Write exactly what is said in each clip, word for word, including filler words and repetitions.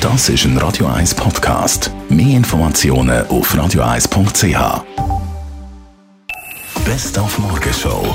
Das ist ein Radio eins Podcast. Mehr Informationen auf radio eins punkt c h. Best auf Morgenshow.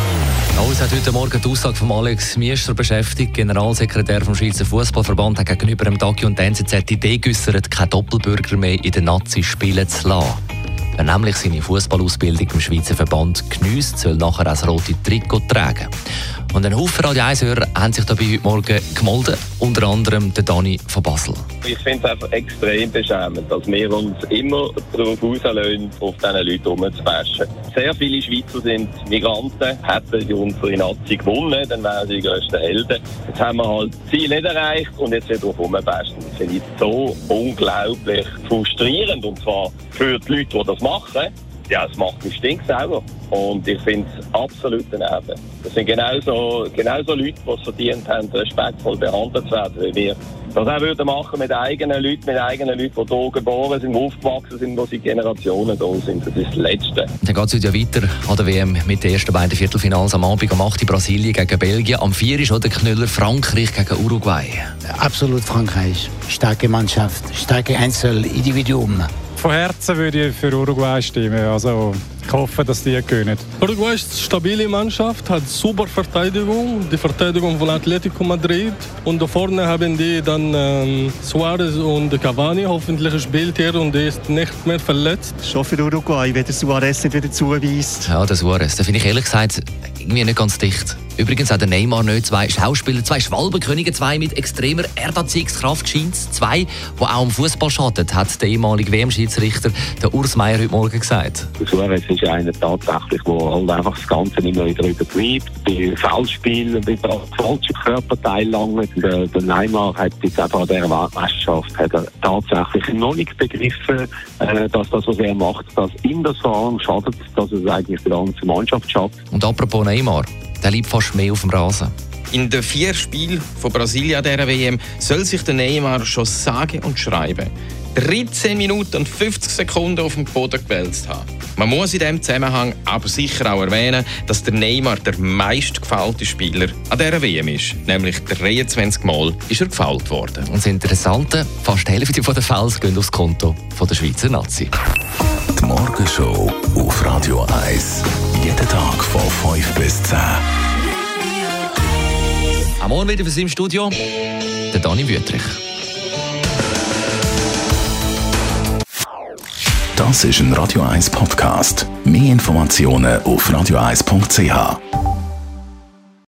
Uns hat heute Morgen die Aussage von Alex Miester beschäftigt. Generalsekretär vom Schweizer Fußballverband hat gegenüber dem Tagi und der N Z Z die Idee geäussert, keinen Doppelbürger mehr in den Nazi spielen zu lassen. Wer nämlich seine Fußballausbildung im Schweizer Verband geniesst, soll nachher auch das rote Trikot tragen. Und ein Haufen Radio eins-Hörer haben sich dabei heute Morgen gemeldet, unter anderem der Dani von Basel. Ich finde es einfach extrem beschämend, dass wir uns immer darauf rauslassen, auf diesen Leuten rumzubashen. Sehr viele Schweizer sind Migranten, hätten die unsere Nazi gewonnen, dann wären sie die grössten Helden. Jetzt haben wir halt das Ziel nicht erreicht und jetzt wieder drauf rumbashen. Das finde ich so unglaublich frustrierend, und zwar für die Leute, die das machen. Ja, es macht mich stinksauer. Und ich finde es absolut daneben. Das sind genauso, genauso Leute, die es verdient haben, respektvoll behandelt zu werden, wie wir das auch würden machen mit eigenen Leuten, mit eigenen Leuten, die hier geboren sind, aufgewachsen sind, die seit Generationen da sind. Das ist das Letzte. Dann geht es heute ja weiter an der W M mit den ersten beiden Viertelfinals am Abend. Am acht Brasilien gegen Belgien. Am vier ist auch der Knüller Frankreich gegen Uruguay. Absolut Frankreich. Starke Mannschaft, starke Einzelindividuen. Von Herzen würde ich für Uruguay stimmen. Also ich hoffe, dass die gewinnen. Uruguay ist eine stabile Mannschaft, hat super Verteidigung, die Verteidigung von Atletico Madrid. Und da vorne haben die dann ähm, Suarez und Cavani. Hoffentlich spielt er und er ist nicht mehr verletzt. Schon für Uruguay, wenn der Suarez nicht wieder zuweist. Ja, der Suarez, den finde ich ehrlich gesagt irgendwie nicht ganz dicht. Übrigens hat der Neymar nicht zwei Schauspieler, zwei Schwalbenkönige, zwei mit extremer Erdanziehungskraft scheint, zwei, die auch im Fußball schaden, hat der ehemalige W M-Schiedsrichter der Urs Meier heute Morgen gesagt. Der Suarez ist einer tatsächlich, der halt einfach das Ganze immer wieder übertreibt, bei Foulspielen, bei falschen Körperteilen langt. Der, der Neymar hat jetzt einfach an dieser Weltmeisterschaft hat er tatsächlich noch nicht begriffen, äh, dass das, was er macht, dass ihm das vor allem schadet, dass es eigentlich der ganzen Mannschaft schadet. Und apropos Neymar, der liegt fast mehr auf dem Rasen. In den vier Spielen von Brasilien an dieser W M soll sich der Neymar schon sage und schreiben dreizehn Minuten und fünfzig Sekunden auf dem Boden gewälzt haben. Man muss in diesem Zusammenhang aber sicher auch erwähnen, dass der Neymar der meistgefoulte Spieler an dieser W M ist. Nämlich dreiundzwanzig Mal ist er gefoult worden. Und das Interessante, fast die Hälfte der Fouls gehen aufs Konto von der Schweizer Nazi. Die Morgenshow auf Radio eins. Jeden Tag von fünf bis zehn. Am Morgen wieder für Sie im Studio, der Dani Wüthrich. Das ist ein Radio eins Podcast. Mehr Informationen auf radio eins punkt c h.